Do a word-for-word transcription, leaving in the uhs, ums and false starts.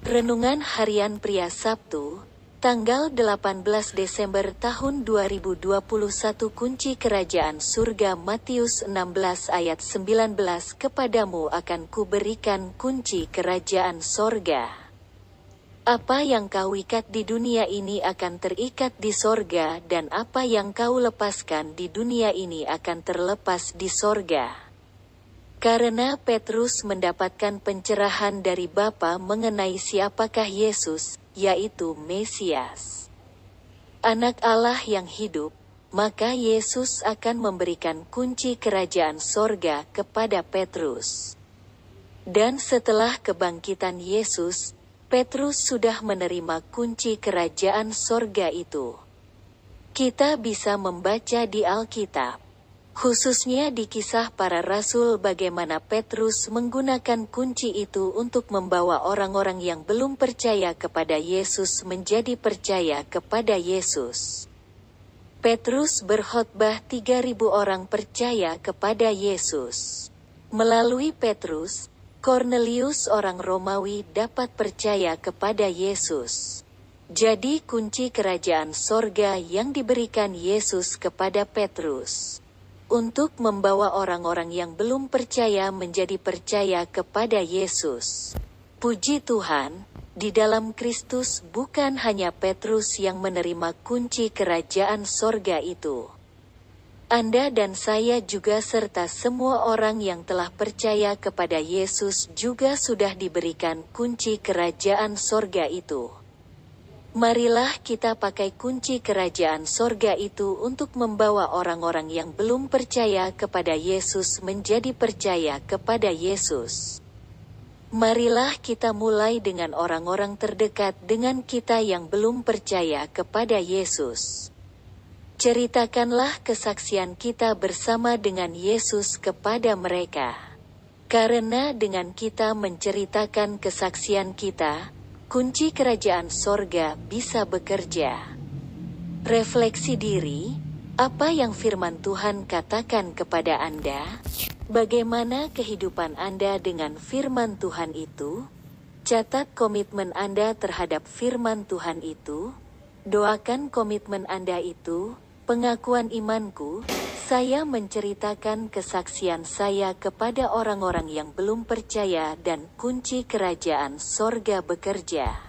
Renungan Harian Pria Sabtu, tanggal delapan belas Desember tahun dua ribu dua puluh satu. Kunci Kerajaan Surga Matius enam belas ayat sembilan belas. Kepadamu akan kuberikan kunci Kerajaan Sorga. Apa yang kau ikat di dunia ini akan terikat di sorga, dan apa yang kau lepaskan di dunia ini akan terlepas di sorga. Karena Petrus mendapatkan pencerahan dari Bapa mengenai siapakah Yesus, yaitu Mesias, Anak Allah yang hidup, maka Yesus akan memberikan kunci kerajaan sorga kepada Petrus. Dan setelah kebangkitan Yesus, Petrus sudah menerima kunci kerajaan sorga itu. Kita bisa membaca di Alkitab, khususnya di Kisah Para Rasul, bagaimana Petrus menggunakan kunci itu untuk membawa orang-orang yang belum percaya kepada Yesus menjadi percaya kepada Yesus. Petrus berkhotbah tiga ribu orang percaya kepada Yesus. Melalui Petrus, Cornelius orang Romawi dapat percaya kepada Yesus. Jadi kunci kerajaan sorga yang diberikan Yesus kepada Petrus untuk membawa orang-orang yang belum percaya menjadi percaya kepada Yesus. Puji Tuhan, di dalam Kristus bukan hanya Petrus yang menerima kunci kerajaan sorga itu. Anda dan saya juga serta semua orang yang telah percaya kepada Yesus juga sudah diberikan kunci kerajaan sorga itu. Marilah kita pakai kunci kerajaan sorga itu untuk membawa orang-orang yang belum percaya kepada Yesus menjadi percaya kepada Yesus. Marilah kita mulai dengan orang-orang terdekat dengan kita yang belum percaya kepada Yesus. Ceritakanlah kesaksian kita bersama dengan Yesus kepada mereka. Karena dengan kita menceritakan kesaksian kita, kunci kerajaan sorga bisa bekerja. Refleksi diri, apa yang firman Tuhan katakan kepada Anda? Bagaimana kehidupan Anda dengan firman Tuhan itu? Catat komitmen Anda terhadap firman Tuhan itu. Doakan komitmen Anda itu. Pengakuan imanku, saya menceritakan kesaksian saya kepada orang-orang yang belum percaya dan kunci kerajaan sorga bekerja.